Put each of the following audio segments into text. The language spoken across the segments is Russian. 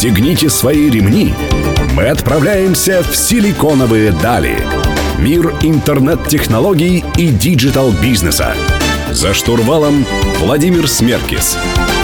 Пристегните свои ремни. Мы отправляемся в силиконовые дали. Мир интернет-технологий и диджитал-бизнеса. За штурвалом Владимир Смеркис.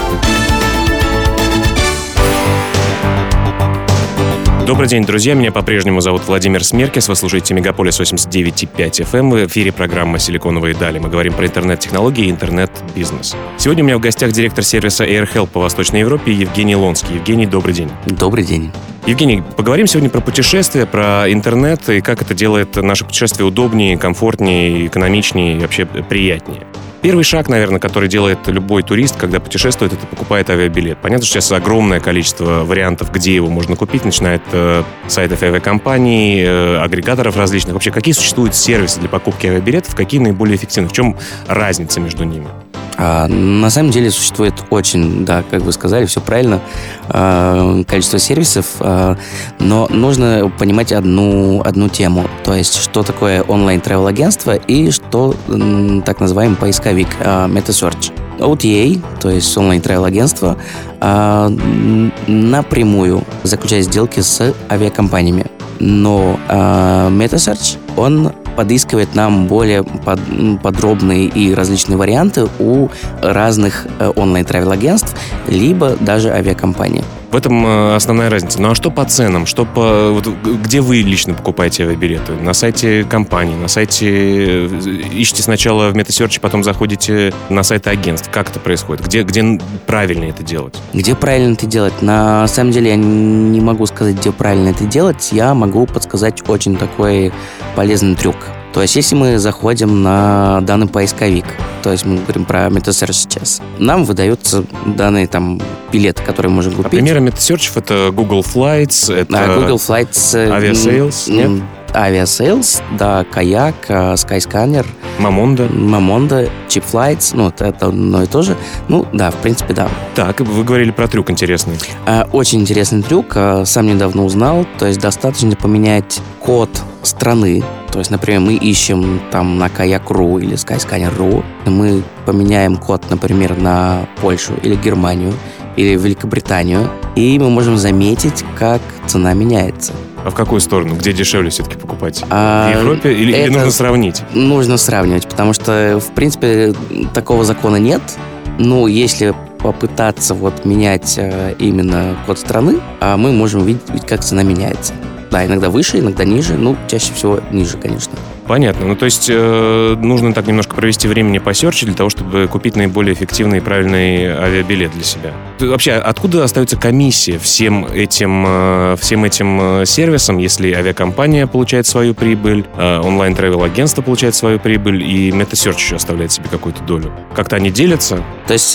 Добрый день, друзья. Меня по-прежнему зовут Владимир Смеркис. Вы слушаете Мегаполис 89.5 FM. В эфире программа «Силиконовые дали». Мы говорим про интернет-технологии и интернет-бизнес. Сегодня у меня в гостях директор сервиса AirHelp по Восточной Европе Евгений Лонский. Евгений, добрый день. Добрый день. Евгений, поговорим сегодня про путешествия, про интернет и как это делает наше путешествие удобнее, комфортнее, экономичнее и вообще приятнее. Первый шаг, наверное, который делает любой турист, когда путешествует, это покупает авиабилет. Понятно, что сейчас огромное количество вариантов, где его можно купить, начиная от сайтов авиакомпаний, агрегаторов различных. Вообще, какие существуют сервисы для покупки авиабилетов, какие наиболее эффективны? В чем разница между ними? На самом деле существует очень, да, как вы сказали, все правильно, количество сервисов, но нужно понимать одну тему, то есть что такое онлайн-тревел-агентство и что так называемый поисковик MetaSearch. OTA, то есть онлайн-тревел-агентство, напрямую заключает сделки с авиакомпаниями, но MetaSearch, он подыскивает нам более подробные и различные варианты у разных онлайн-тревел-агентств, либо даже авиакомпаний. В этом основная разница. Ну а что по ценам? Где вы лично покупаете авиабилеты? На сайте компании, на сайте... Ищете сначала в MetaSearch, потом заходите на сайты агентств. Как это происходит? Где правильно это делать? Где правильно это делать? На самом деле я не могу сказать, где правильно это делать. Я могу подсказать очень такой полезный трюк. То есть, если мы заходим на данный поисковик, то есть мы говорим про MetaSearch сейчас, нам выдаются данные там билеты, которые мы можем купить. Примеры MetaSearch — это Google Flights, это Google Flights, Aviasales, нет? Aviasales, да, Kayak, Skyscanner, Momondo, Cheap Flights, это одно и то же. Да, в принципе, да. Так, вы говорили про трюк интересный. Очень интересный трюк, сам недавно узнал, то есть достаточно поменять код страны. То есть, например, мы ищем там на Kayak.ru или Skyscanner.ru, мы поменяем код, например, на Польшу или Германию или Великобританию, и мы можем заметить, как цена меняется. А в какую сторону? Где дешевле все-таки покупать? В Европе или нужно сравнить? Нужно сравнивать, потому что, в принципе, такого закона нет. Но если попытаться менять именно код страны, мы можем увидеть, как цена меняется. Да, иногда выше, иногда ниже, чаще всего ниже, конечно. Понятно. То есть нужно так немножко провести времени по серчу для того, чтобы купить наиболее эффективный и правильный авиабилет для себя. Вообще, откуда остается комиссия всем этим сервисам, если авиакомпания получает свою прибыль, онлайн-тревел-агентство получает свою прибыль, и MetaSearch еще оставляет себе какую-то долю? Как-то они делятся? То есть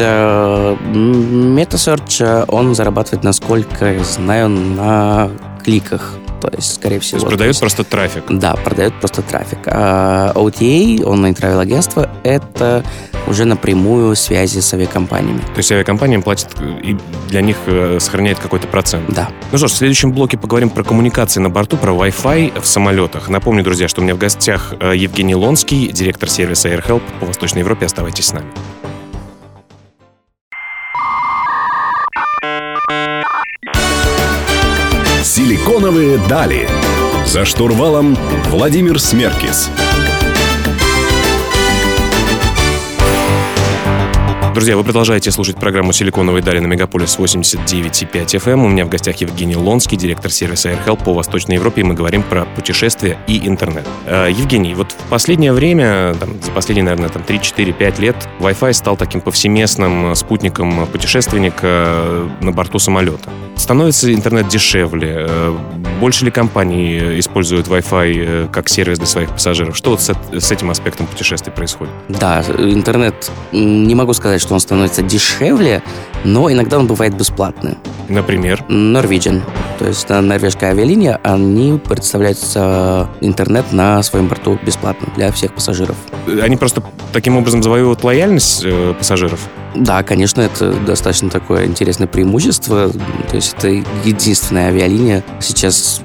MetaSearch, он зарабатывает, насколько я знаю, на кликах. То есть, скорее всего... То есть продает просто трафик? Да, продает просто трафик. А OTA, онлайн-тревел-агентство, это уже напрямую связи с авиакомпаниями. То есть авиакомпаниям платят, и для них сохраняет какой-то процент? Да. Ну что ж, в следующем блоке поговорим про коммуникации на борту, про Wi-Fi в самолетах. Напомню, друзья, что у меня в гостях Евгений Лонский, директор сервиса AirHelp по Восточной Европе. Оставайтесь с нами. Силиконовые дали. За штурвалом Владимир Смеркис. Друзья, вы продолжаете слушать программу «Силиконовые дали» на Мегаполис 89.5 FM. У меня в гостях Евгений Лонский, директор сервиса AirHelp по Восточной Европе, и мы говорим про путешествия и интернет. Евгений, в последнее время, за последние, наверное, 3-4-5 лет, Wi-Fi стал таким повсеместным спутником путешественника на борту самолета. Становится интернет дешевле? Больше ли компаний используют Wi-Fi как сервис для своих пассажиров? Что с этим аспектом путешествий происходит? Да, интернет, не могу сказать, что он становится дешевле, но иногда он бывает бесплатным. Например? Norwegian, то есть норвежская авиалиния, они предоставляют интернет на своем борту бесплатно для всех пассажиров. Они просто таким образом завоевывают лояльность пассажиров? Да, конечно, это достаточно такое интересное преимущество. То есть это единственная авиалиния сейчас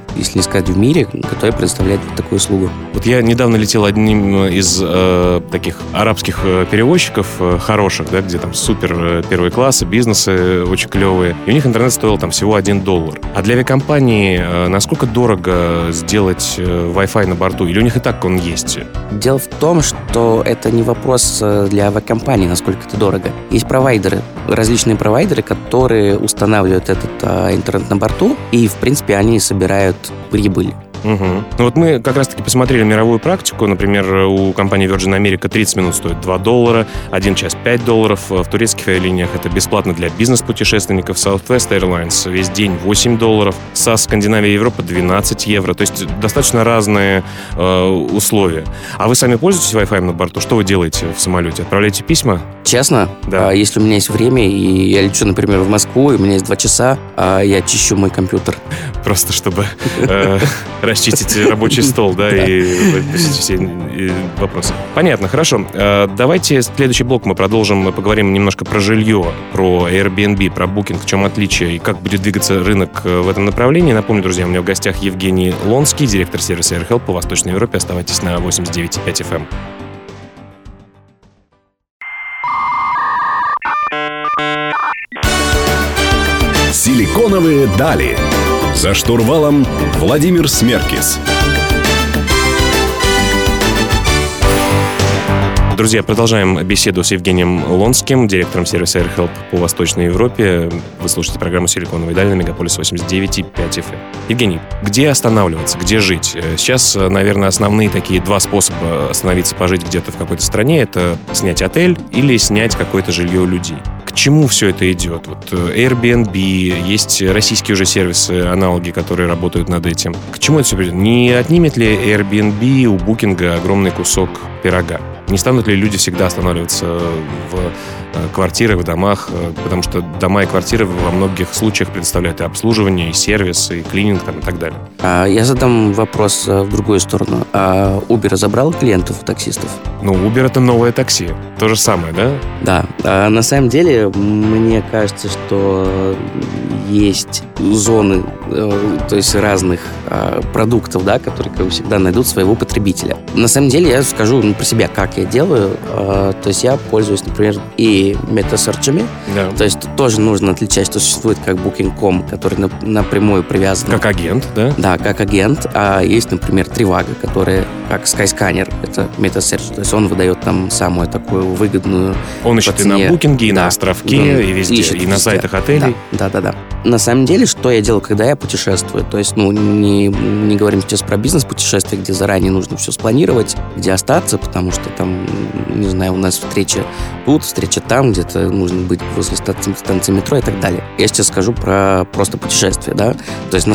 если не сказать в мире, который предоставляет такую услугу. Вот я недавно летел одним из таких арабских перевозчиков хороших, да, где там супер первый класс, бизнесы очень клевые, и у них интернет стоил там всего $1. А для авиакомпании насколько дорого сделать Wi-Fi на борту? Или у них и так он есть? Дело в том, что это не вопрос для авиакомпании, насколько это дорого. Есть провайдеры, различные провайдеры, которые устанавливают этот интернет на борту, и, в принципе, они собирают прибыль. Угу. Ну вот мы как раз-таки посмотрели мировую практику. Например, у компании Virgin America 30 минут стоит $2, 1 час $5. В турецких авиалиниях это бесплатно для бизнес-путешественников. Southwest Airlines весь день $8. SAS Скандинавия и Европа 12 евро. То есть достаточно разные условия. А вы сами пользуетесь Wi-Fi на борту? Что вы делаете в самолете? Отправляете письма? Честно? Да. Если у меня есть время, и я лечу, например, в Москву, и у меня есть 2 часа, я чищу мой компьютер. Просто чтобы расчистить рабочий стол, да, и все вопросы. Понятно, хорошо. Давайте следующий блок мы продолжим, поговорим немножко про жилье, про Airbnb, про Booking, в чем отличие и как будет двигаться рынок в этом направлении. Напомню, друзья, у меня в гостях Евгений Лонский, директор сервиса AirHelp по Восточной Европе. Оставайтесь на 89,5 FM. Силиконовые дали. За штурвалом Владимир Смеркис. Друзья, продолжаем беседу с Евгением Лонским, директором сервиса AirHelp по Восточной Европе. Вы слушаете программу «Силиконовые дали» на Мегаполис 89,5 FM. Евгений, где останавливаться, где жить? Сейчас, наверное, основные такие 2 способа остановиться, пожить где-то в какой-то стране. Это снять отель или снять какое-то жилье у людей. К чему все это идет? Вот Airbnb, есть российские уже сервисы, аналоги, которые работают над этим. К чему это все придет? Не отнимет ли Airbnb у Booking огромный кусок пирога? Не станут ли люди всегда останавливаться в квартирах, в домах? Потому что дома и квартиры во многих случаях предоставляют и обслуживание, и сервис, и клининг там, и так далее. Я задам вопрос в другую сторону. Uber забрал клиентов у таксистов? Ну, Uber — это новое такси. То же самое, да? Да. На самом деле, мне кажется, что есть зоны, то есть разных продуктов, да, которые, как всегда, найдут своего потребителя. На самом деле, я скажу про себя, как я делаю. То есть я пользуюсь, например, и мета-серчами. Да. То есть тут тоже нужно отличать, что существует как Booking.com, который напрямую привязан. Как агент, да? Да, как агент. А есть, например, Trivago, который как Skyscanner, это мета-серч. То есть он выдает там самую такую выгодную. Он ищет и на Booking, и на островке, и везде, и на сайтах отелей. Да. На самом деле, что я делаю, когда я путешествую? То есть, не говорим сейчас про бизнес-путешествия, где заранее нужно все спланировать, где остаться, потому что там, не знаю, у нас встреча тут, встреча там, где-то нужно быть возле станции метро и так далее. Я сейчас скажу про просто путешествие, да. То есть на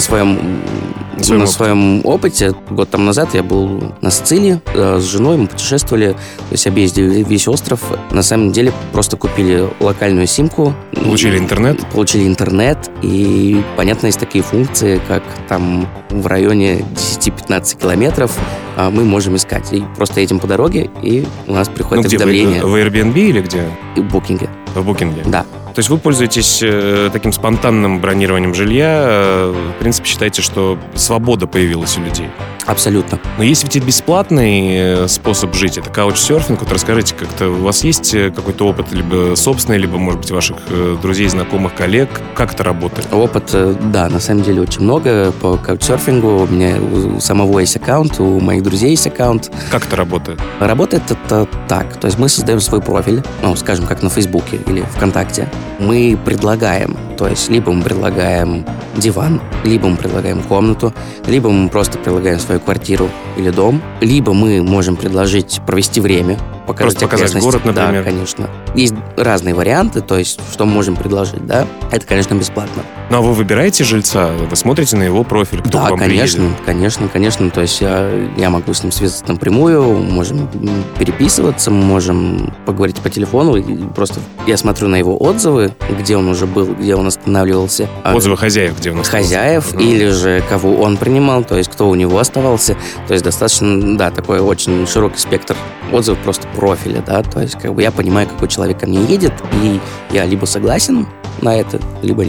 своем опыте, год там назад я был на Сицилии с женой, мы путешествовали, то есть объездили весь остров. На самом деле просто купили локальную симку. Получили интернет, и, понятно, есть такие функции, как там в районе 10-15 километров мы можем искать. И просто едем по дороге, и у нас приходит уведомление. В Airbnb или где? В Booking. В Booking? Да. То есть вы пользуетесь таким спонтанным бронированием жилья, в принципе, считаете, что свобода появилась у людей? Абсолютно. Но есть ведь и бесплатный способ жить, это каучсерфинг. Вот расскажите, как-то у вас есть какой-то опыт, либо собственный, либо, может быть, ваших друзей, знакомых, коллег? Как это работает? Опыт, да, на самом деле очень много по каучсерфингу. У меня у самого есть аккаунт, у моих друзей есть аккаунт. Как это работает? Работает это так, то есть мы создаем свой профиль, скажем, как на Фейсбуке или ВКонтакте. Мы предлагаем, то есть либо мы предлагаем диван, либо мы предлагаем комнату, либо мы просто предлагаем свою квартиру или дом, либо мы можем предложить провести время, показать город, например. Да, конечно. Есть разные варианты, то есть что мы можем предложить, да, это, конечно, бесплатно. Ну, а вы выбираете жильца? Вы смотрите на его профиль, кто к вам приедет? Да, конечно. То есть я могу с ним связаться напрямую, можем переписываться, можем поговорить по телефону. И просто я смотрю на его отзывы, где он уже был, где он останавливался. Отзывы хозяев, где он оставался? Хозяев, или же кого он принимал, то есть кто у него оставался. То есть достаточно, да, такой очень широкий спектр отзывов просто профиля, да. То есть я понимаю, какой человек ко мне едет, и я либо согласен на это, либо нет.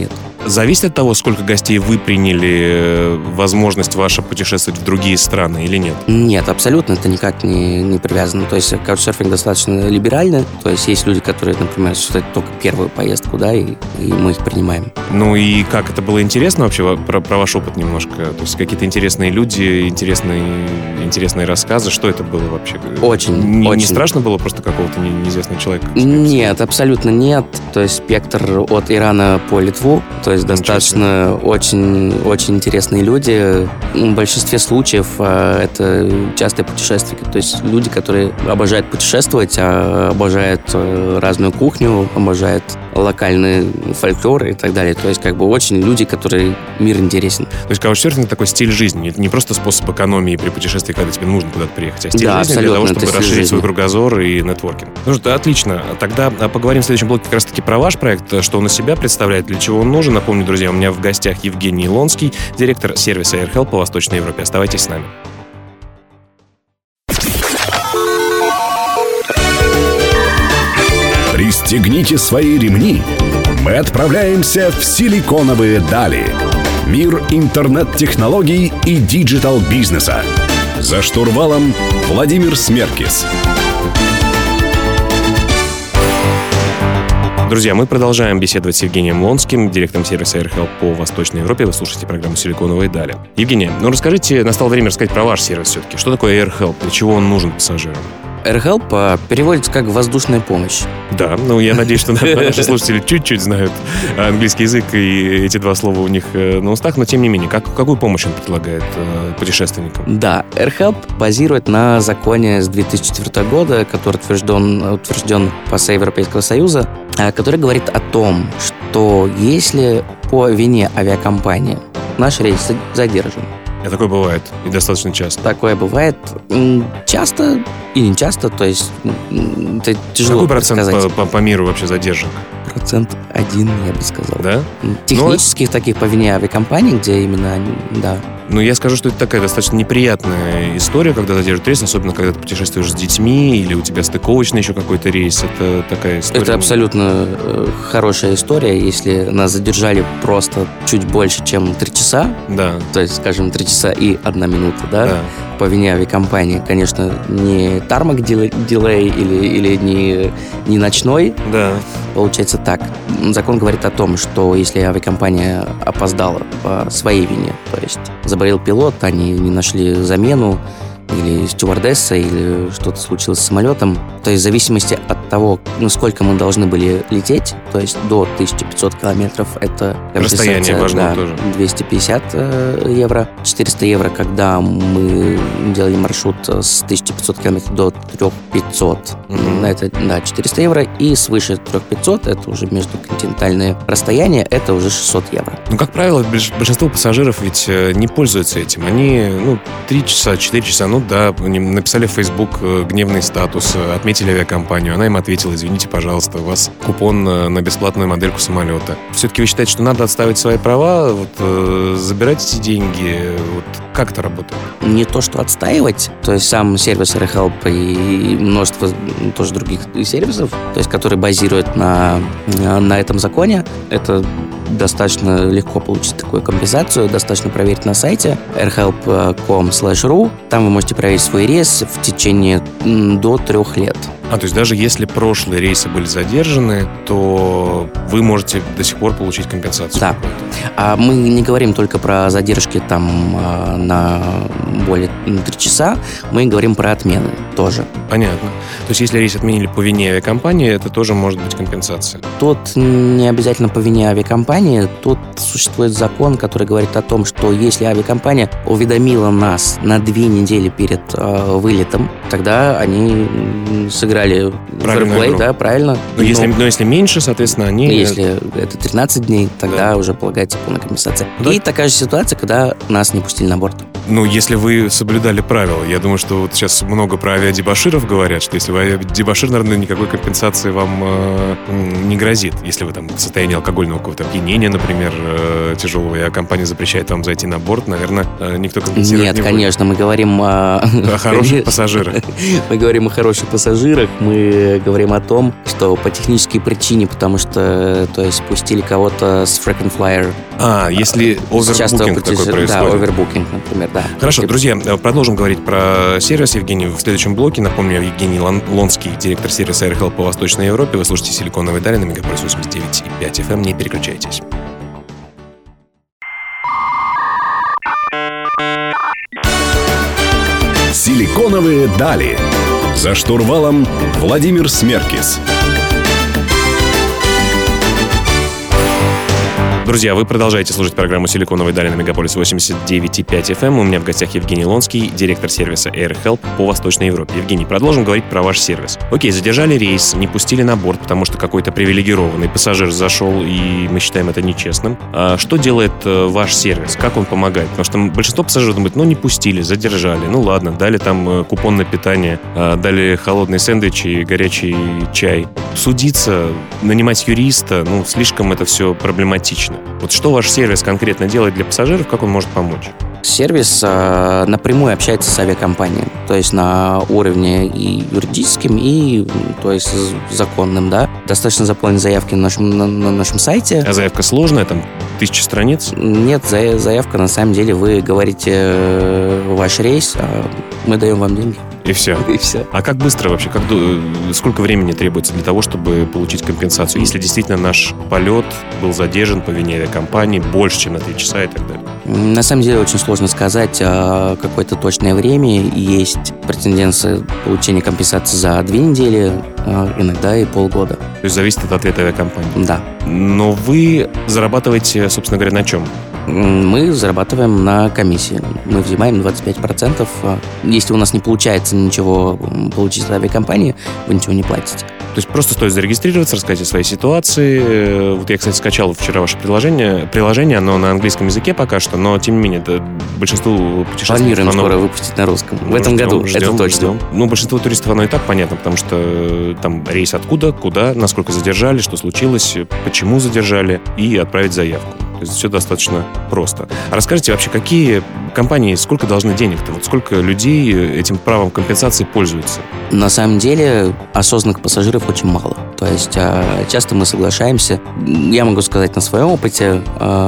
зависит от того, сколько гостей вы приняли, возможность ваша путешествовать в другие страны или нет? Нет, абсолютно это никак не привязано. То есть каучсерфинг достаточно либеральный. То есть есть люди, которые, например, осуществляют только первую поездку, да, и мы их принимаем. Ну и как это было интересно вообще, про ваш опыт немножко? То есть какие-то интересные люди, интересные рассказы, что это было вообще? Очень. Не страшно было просто какого-то неизвестного человека? Нет, абсолютно нет. То есть спектр от Ирана по Литву, то есть достаточно очень интересные люди. В большинстве случаев это частые путешественники, то есть люди, которые обожают путешествовать, обожают разную кухню, обожают локальный фольклор и так далее. То есть как бы очень люди, которые мир интересен. То есть каучсерфинг — такой стиль жизни, это не просто способ экономии при путешествии, когда тебе нужно куда-то приехать, а стиль жизни для того, чтобы расширить свой кругозор и нетворкинг. Ну что, отлично. Тогда поговорим в следующем блоке как раз-таки про ваш проект, что он из себя представляет, для чего он нужен. Напомню, друзья, у меня в гостях Евгений Лонский, директор сервиса AirHelp по Восточной Европе. Оставайтесь с нами. Пристегните свои ремни. Мы отправляемся в силиконовые дали. Мир интернет-технологий и диджитал-бизнеса. За штурвалом Владимир Смеркис. Друзья, мы продолжаем беседовать с Евгением Лонским, директором сервиса AirHelp по Восточной Европе. Вы слушаете программу «Силиконовые дали». Евгений, расскажите, настало время рассказать про ваш сервис все-таки. Что такое AirHelp? Для чего он нужен пассажирам? AirHelp переводится как «воздушная помощь». Да, я надеюсь, что наши слушатели чуть-чуть знают английский язык, и эти два слова у них на устах, но тем не менее, какую помощь он предлагает путешественникам? Да, AirHelp базирует на законе с 2004 года, который утвержден по всей Европейского Союза, который говорит о том, что если по вине авиакомпании наш рейс задержан, Такое бывает, и достаточно часто. Такое бывает часто и не часто, то есть это тяжело Какой процент сказать. по миру вообще задержан? 1%, я бы сказал. Да? Технических таких по вине авиакомпаний, где именно они, да. Я скажу, что это такая достаточно неприятная история, когда задерживают рейс, особенно когда ты путешествуешь с детьми, или у тебя стыковочный еще какой-то рейс. Это такая история. Это абсолютно хорошая история, если нас задержали просто чуть больше, чем 3 часа. Да. То есть, скажем, 3 часа и 1 минута, да? По вине авиакомпании. Конечно, не тармак дилей или не ночной. Да. Получается так. Закон говорит о том, что если авиакомпания опоздала по своей вине, то есть заболел пилот, они не нашли замену, или стюардесса, или что-то случилось с самолетом, то есть в зависимости от того, сколько мы должны были лететь, то есть до 1500 километров, это расстояние важно тоже. 250 евро, 400 евро, когда мы делали маршрут с 1500 километров до 3500, это, 400 евро, и свыше 3500, это уже междуконтинентальные расстояния, это уже 600 евро. Как правило, большинство пассажиров ведь не пользуются этим. Они, 3 часа, 4 часа, они написали в Facebook гневный статус, отметили авиакомпанию, она им ответила: извините, пожалуйста, у вас купон на бесплатную модельку самолета. Все-таки вы считаете, что надо отставить свои права, забирать эти деньги? Как это работает? Не то, что отстаивать, то есть сам сервис AirHelp и множество тоже других сервисов, то есть которые базируют на этом законе, это достаточно легко получить такую компенсацию, достаточно проверить на сайте airhelp.com/ru. Там вы можете проверить свой рейс в течение до 3 лет. То есть даже если прошлые рейсы были задержаны, то вы можете до сих пор получить компенсацию? Да. А мы не говорим только про задержки на более 3 часа, мы говорим про отмены тоже. Понятно. То есть если рейс отменили по вине авиакомпании, это тоже может быть компенсация? Тут не обязательно по вине авиакомпании, тут существует закон, который говорит о том, что если авиакомпания уведомила нас на 2 недели перед вылетом, тогда они сыграли фэрплей, да, правильно. Но если меньше, соответственно, они... Если это 13 дней, тогда уже полагается полная компенсация. Да. И такая же ситуация, когда нас не пустили на борт. Если вы соблюдали правила. Я думаю, что сейчас много про авиадебоширов говорят, что если вы авиадебошир, наверное, никакой компенсации вам не грозит, если вы там в состоянии алкогольного какого-то опьянения, например, тяжелого, и компания запрещает вам зайти на борт, наверное, никто компенсировать не будет. Нет, конечно, мы говорим о хороших пассажирах. Мы говорим о хороших пассажирах, мы говорим о том, что по технической причине, потому что, то есть, пустили кого-то с Frequent Flyer. Если овербукинг такой происходит. Да, овербукинг, например, да. Хорошо, друзья, продолжим говорить про сервис, Евгений, в следующем блоке. Напомню, Евгений Лонский, директор сервиса AirHelp по Восточной Европе. Вы слушаете «Силиконовые дали» на Мегаполис 89.5 FM. Не переключайтесь. «Силиконовые дали». За штурвалом Владимир Смеркис. Друзья, вы продолжаете слушать программу «Силиконовые дали» на Мегаполис 89.5 FM. У меня в гостях Евгений Лонский, директор сервиса AirHelp по Восточной Европе. Евгений, продолжим говорить про ваш сервис. Окей, задержали рейс, не пустили на борт, потому что какой-то привилегированный пассажир зашел, и мы считаем это нечестным. Что делает ваш сервис? Как он помогает? Потому что большинство пассажиров думают, не пустили, задержали. Ну ладно, дали там купон на питание, дали холодные сэндвичи и горячий чай. Судиться, нанимать юриста, слишком это все проблематично. Вот что ваш сервис конкретно делает для пассажиров, как он может помочь? Сервис напрямую общается с авиакомпанией, то есть на уровне и юридическим, и то есть законным, да. Достаточно заполнить заявки на нашем сайте. А заявка сложная, там 1000 страниц? Нет, заявка на самом деле, вы говорите ваш рейс, а мы даем вам деньги. И все. И все. А как быстро вообще, сколько времени требуется для того, чтобы получить компенсацию, если действительно наш полет был задержан по вине авиакомпании больше, чем на 3 часа и так далее? На самом деле очень сложно сказать какое-то точное время. Есть претенденция получения компенсации за 2 недели, иногда и полгода. То есть зависит от ответа авиакомпании? Да. Но вы зарабатываете, собственно говоря, на чем? Мы зарабатываем на комиссии. Мы взимаем 25%. Если у нас не получается ничего получить от авиакомпании, вы ничего не платите. То есть просто стоит зарегистрироваться, рассказать о своей ситуации. Вот я, кстати, скачал вчера ваше приложение, оно на английском языке пока что, но тем не менее, большинству путешественников... Планируем скоро выпустить на русском. В этом году, это точно. Большинству туристов оно и так понятно, потому что там рейс откуда, куда, насколько задержали, что случилось, почему задержали, и отправить заявку. То есть все достаточно просто. А расскажите вообще, какие компании, сколько должны денег-то? Вот сколько людей этим правом компенсации пользуются? На самом деле осознанных пассажиров очень мало. То есть часто мы соглашаемся. Я могу сказать на своем опыте.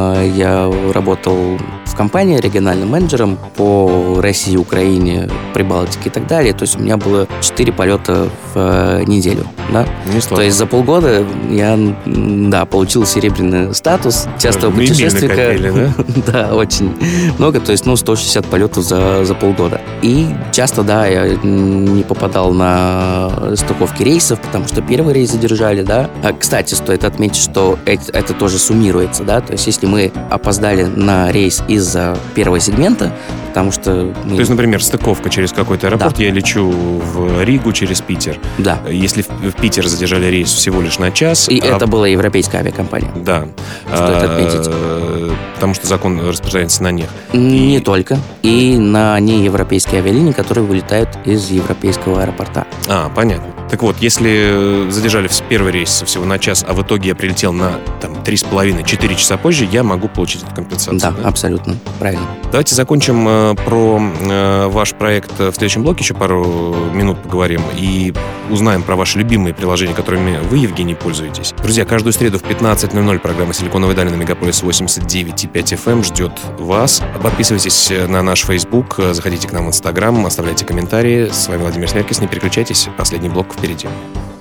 Я работал в компании региональным менеджером по России, Украине, Прибалтике и так далее. То есть у меня было 4 полета в неделю. Да? То есть за полгода я получил серебряный статус. Часто путешественника. Накопили, да? Да, очень много. То есть 160 полетов за полгода. И часто, я не попадал на стыковки рейсов, потому что первый рейс задержали, да. Кстати, стоит отметить, что это тоже суммируется, да. То есть если мы опоздали на рейс из-за первого сегмента, потому что... То есть, например, стыковка через какой-то аэропорт, да. Я лечу в Ригу через Питер. Да. Если в Питер задержали рейс всего лишь на час... И это была европейская авиакомпания. Да. Стоит отметить. Потому что закон распространяется на них. Не только. И на неевропейские авиалинии, которые вылетают из европейского аэропорта. Понятно. Так вот, если задержали первый рейс всего на час, а в итоге я прилетел на 3,5-4 часа позже, я могу получить эту компенсацию. Да, абсолютно. Правильно. Давайте закончим про ваш проект в следующем блоке, еще пару минут поговорим и узнаем про ваши любимые приложения, которыми вы, Евгений, пользуетесь. Друзья, каждую среду в 15:00 программа «Силиконовые дали» на Мегаполис 89.5 FM ждет вас. Подписывайтесь на наш Facebook, заходите к нам в Instagram, оставляйте комментарии. С вами Владимир Смеркис. Не переключайтесь, последний блок впереди.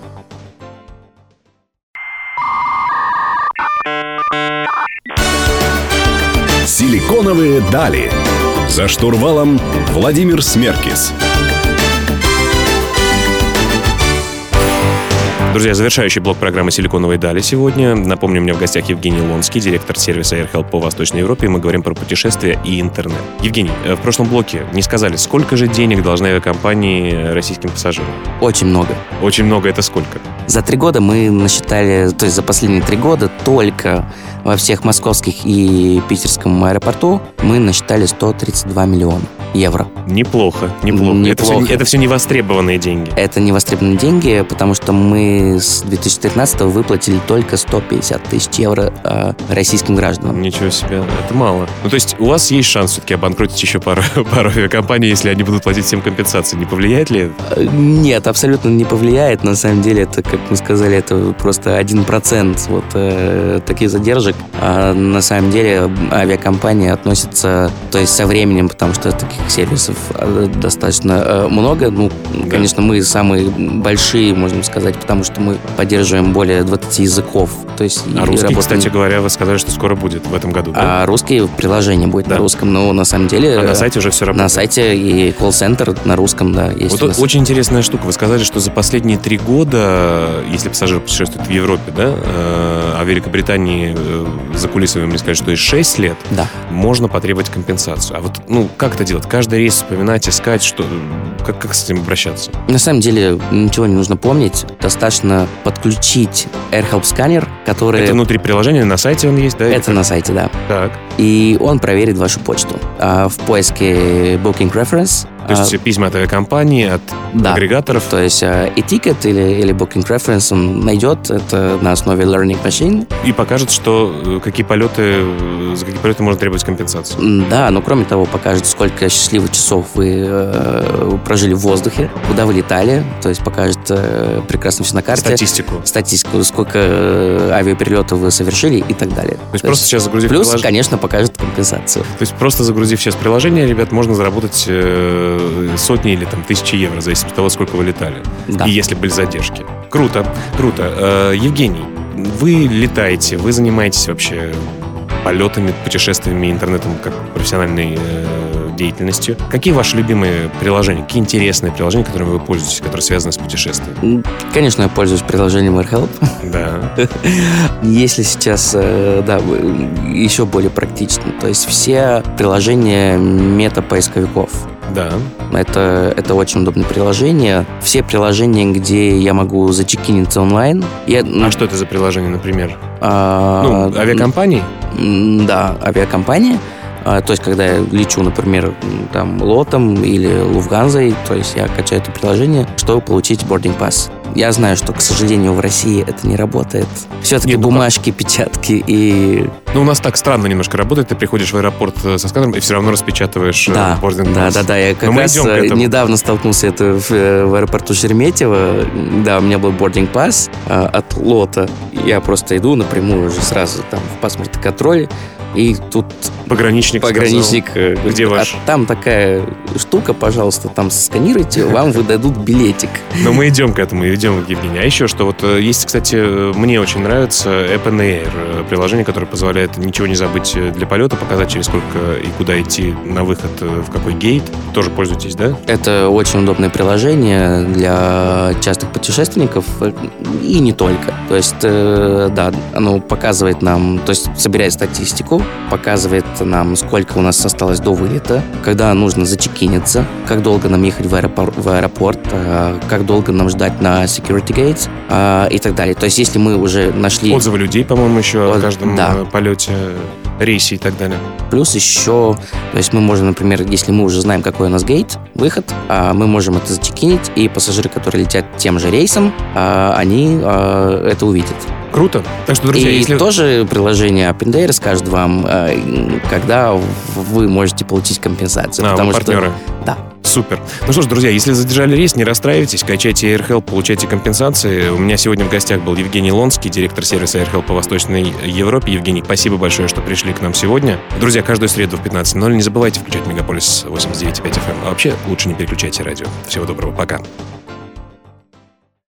«Силиконовые дали». За штурвалом Владимир Смеркис. Друзья, завершающий блок программы «Силиконовые дали» сегодня. Напомню, у меня в гостях Евгений Лонский, директор сервиса AirHelp по Восточной Европе. Мы говорим про путешествия и интернет. Евгений, в прошлом блоке не сказали, сколько же денег должны авиакомпании российским пассажирам? Очень много. Очень много — это сколько? За 3 года мы насчитали, то есть за последние 3 года только во всех московских и питерском аэропорту мы насчитали 132 миллиона. евро. Неплохо. Это все невостребованные деньги. Это невостребованные деньги, потому что мы с 2013-го выплатили только 150 тысяч евро российским гражданам. Ничего себе, это мало. Ну, то есть у вас есть шанс все-таки обанкротить еще пару авиакомпаний, если они будут платить всем компенсации. Не повлияет ли это? Нет, абсолютно не повлияет. На самом деле, это, как мы сказали, это просто 1% таких задержек. А на самом деле авиакомпании относятся, то есть со временем, потому что таких сервисов достаточно много. Ну, конечно, мы самые большие, можно сказать, потому что мы поддерживаем более 20 языков. То есть русский, кстати говоря, вы сказали, что скоро будет в этом году, да? Русский приложение будет на русском, но на самом деле... на сайте уже все работает? На сайте и колл-центр на русском, да. Есть вот очень интересная штука. Вы сказали, что за последние 3 года, если пассажир путешествует в Европе, да, а в Великобритании за кулисами мне сказали, что и 6 лет, да, можно потребовать компенсацию. А вот, как это делать? Каждый рейс вспоминать, искать, что, как с этим обращаться? На самом деле ничего не нужно помнить. Достаточно подключить AirHelp сканер, который... Это внутри приложения, на сайте он есть, да? Это на сайте, да. Так. И он проверит вашу почту. В поиске Booking Reference. То есть письма от авиакомпании, от агрегаторов? То есть e-ticket или Booking Reference он найдет. Это на основе Learning Machine. И покажет, что за какие полеты можно требовать компенсацию. Да, но кроме того покажет, сколько счастливых часов вы прожили в воздухе, куда вы летали. То есть покажет прекрасно все на карте. Статистику, сколько авиаперелетов вы совершили и так далее. То есть просто сейчас загрузив плюс, конечно, покажет компенсацию. То есть просто загрузив сейчас приложение, ребят, можно заработать сотни или там тысячи евро, в зависимости от того, сколько вы летали. Да. И если были задержки. Круто. Евгений, вы летаете, вы занимаетесь вообще полетами, путешествиями, интернетом как профессиональной деятельностью. Какие ваши любимые приложения? Какие интересные приложения, которыми вы пользуетесь, которые связаны с путешествием? Конечно, я пользуюсь приложением AirHelp. Да. Если сейчас, еще более практично. То есть все приложения мета-поисковиков. Да. Это очень удобное приложение. Все приложения, где я могу зачекиниться онлайн. А что это за приложение, например? Авиакомпании? Да, авиакомпании. То есть, когда я лечу, например, там, Лотом или Луфганзой, то есть я качаю это приложение, чтобы получить boarding pass. Я знаю, что, к сожалению, в России это не работает. Все-таки бумажки, печатки и... у нас так странно немножко работает. Ты приходишь в аэропорт со сканером и все равно распечатываешь boarding pass. Да. Я как раз недавно столкнулся в аэропорту Шереметьево. Да, у меня был boarding pass от Лота. Я просто иду напрямую уже сразу там в паспортный контроль. И тут пограничник сказал, где ваш? Там такая штука, пожалуйста, там сканируйте, вам выдадут билетик. Но мы идем к этому, Евгений. А еще что, вот есть, кстати, мне очень нравится App and Air, приложение, которое позволяет ничего не забыть для полета, показать, через сколько и куда идти на выход, в какой гейт. Тоже пользуетесь, да? Это очень удобное приложение для частых путешественников и не только. То есть, оно показывает нам, то есть собирает статистику, показывает нам, сколько у нас осталось до вылета, когда нужно зачекиниться, как долго нам ехать в аэропорт, как долго нам ждать на security gates и так далее. То есть, если мы уже нашли... Отзывы людей, по-моему, еще о каждом полете, рейсе и так далее. Плюс еще, то есть мы можем, например, если мы уже знаем, какой у нас гейт, выход, мы можем это зачекинить, и пассажиры, которые летят тем же рейсом, они это увидят. Круто. Так что, друзья, и тоже приложение App and Air скажет вам, когда вы можете получить компенсацию. Потому партнеры. Да. Супер. Ну что ж, друзья, если задержали рейс, не расстраивайтесь, качайте AirHelp, получайте компенсации. У меня сегодня в гостях был Евгений Лонский, директор сервиса AirHelp по Восточной Европе. Евгений, спасибо большое, что пришли к нам сегодня. Друзья, каждую среду в 15:00 не забывайте включать Мегаполис 89.5 FM. А вообще, лучше не переключайте радио. Всего доброго, пока.